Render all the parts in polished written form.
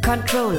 Controller.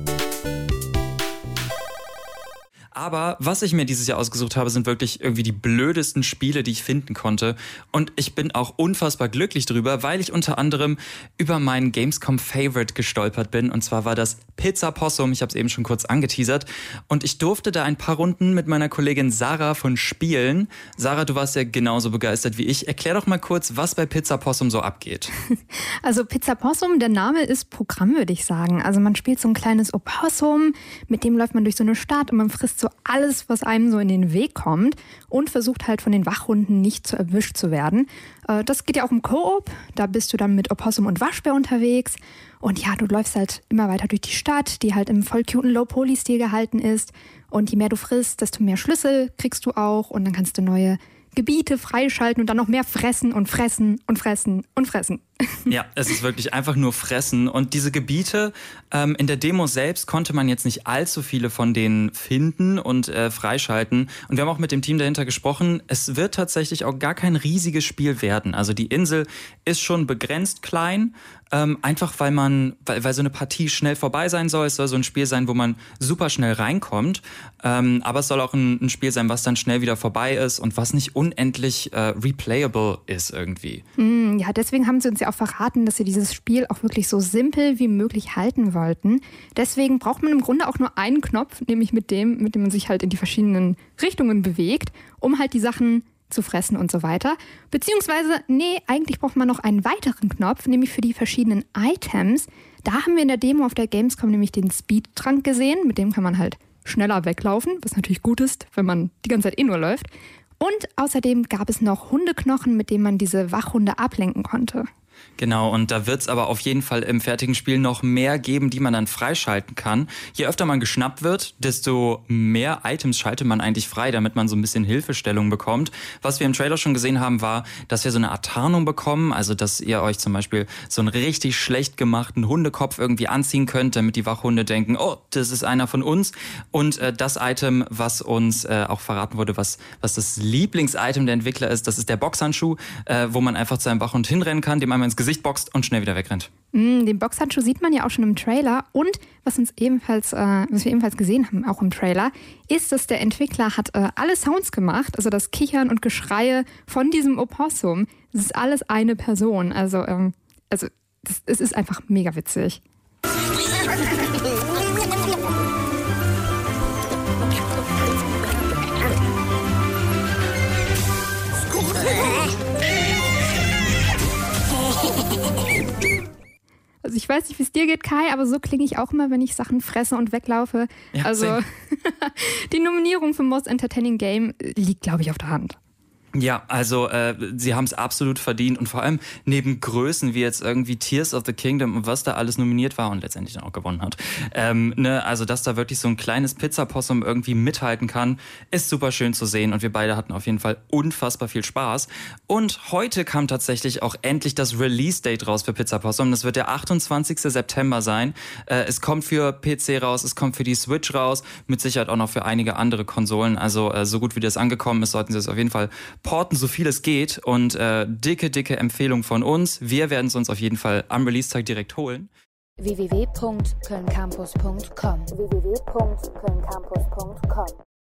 Aber was ich mir dieses Jahr ausgesucht habe, sind wirklich irgendwie die blödesten Spiele, die ich finden konnte. Und ich bin auch unfassbar glücklich drüber, weil ich unter anderem über meinen Gamescom-Favorite gestolpert bin. Und zwar war das Pizza Possum. Ich habe es eben schon kurz angeteasert. Und ich durfte da ein paar Runden mit meiner Kollegin Sarah von spielen. Sarah, du warst ja genauso begeistert wie ich. Erklär doch mal kurz, was bei Pizza Possum so abgeht. Also Pizza Possum, der Name ist Programm, würde ich sagen. Also man spielt so ein kleines Opossum, mit dem läuft man durch so eine Stadt und man frisst so alles, was einem so in den Weg kommt und versucht halt von den Wachhunden nicht zu erwischt zu werden. Das geht ja auch im Koop, da bist du dann mit Opossum und Waschbär unterwegs und ja, du läufst halt immer weiter durch die Stadt, die halt im voll cuten Low-Poly-Stil gehalten ist und je mehr du frisst, desto mehr Schlüssel kriegst du auch und dann kannst du neue Gebiete freischalten und dann noch mehr fressen und fressen und fressen und fressen. Ja, es ist wirklich einfach nur fressen. Und diese Gebiete, in der Demo selbst konnte man jetzt nicht allzu viele von denen finden und freischalten. Und wir haben auch mit dem Team dahinter gesprochen. Es wird tatsächlich auch gar kein riesiges Spiel werden. Also die Insel ist schon begrenzt klein, einfach weil so eine Partie schnell vorbei sein soll. Es soll so ein Spiel sein, wo man super schnell reinkommt. Aber es soll auch ein Spiel sein, was dann schnell wieder vorbei ist und was nicht unendlich replayable ist irgendwie. Ja, deswegen haben sie uns ja auch verraten, dass sie dieses Spiel auch wirklich so simpel wie möglich halten wollten. Deswegen braucht man im Grunde auch nur einen Knopf, nämlich mit dem man sich halt in die verschiedenen Richtungen bewegt, um halt die Sachen zu fressen und so weiter. Beziehungsweise, eigentlich braucht man noch einen weiteren Knopf, nämlich für die verschiedenen Items. Da haben wir in der Demo auf der Gamescom nämlich den Speedtrank gesehen, mit dem kann man halt schneller weglaufen, was natürlich gut ist, wenn man die ganze Zeit nur läuft. Und außerdem gab es noch Hundeknochen, mit denen man diese Wachhunde ablenken konnte. Genau, und da wird es aber auf jeden Fall im fertigen Spiel noch mehr geben, die man dann freischalten kann. Je öfter man geschnappt wird, desto mehr Items schaltet man eigentlich frei, damit man so ein bisschen Hilfestellung bekommt. Was wir im Trailer schon gesehen haben, war, dass wir so eine Art Tarnung bekommen, also dass ihr euch zum Beispiel so einen richtig schlecht gemachten Hundekopf irgendwie anziehen könnt, damit die Wachhunde denken, oh, das ist einer von uns. Und das Item, was uns auch verraten wurde, was das Lieblingsitem der Entwickler ist, das ist der Boxhandschuh, wo man einfach zu einem Wachhund hinrennen kann, dem einmal ins Gesicht boxt und schnell wieder wegrennt. Den Boxhandschuh sieht man ja auch schon im Trailer und was wir ebenfalls gesehen haben, auch im Trailer, ist, dass der Entwickler hat alle Sounds gemacht, also das Kichern und Geschreie von diesem Opossum. Das ist alles eine Person, es ist einfach mega witzig. Also ich weiß nicht, wie es dir geht, Kai, aber so klinge ich auch immer, wenn ich Sachen fresse und weglaufe. Ja, also die Nominierung für Most Entertaining Game liegt, glaube ich, auf der Hand. Ja, also sie haben es absolut verdient und vor allem neben Größen wie jetzt irgendwie Tears of the Kingdom und was da alles nominiert war und letztendlich dann auch gewonnen hat. Also dass da wirklich so ein kleines Pizza-Possum irgendwie mithalten kann, ist super schön zu sehen und wir beide hatten auf jeden Fall unfassbar viel Spaß. Und heute kam tatsächlich auch endlich das Release-Date raus für Pizza Possum. Das wird der 28. September sein. Es kommt für PC raus, es kommt für die Switch raus, mit Sicherheit auch noch für einige andere Konsolen. Also so gut wie das angekommen ist, sollten sie es auf jeden Fall porten, so viel es geht und dicke Empfehlung von uns. Wir werden es uns auf jeden Fall am Release-Tag direkt holen. www.kölncampus.com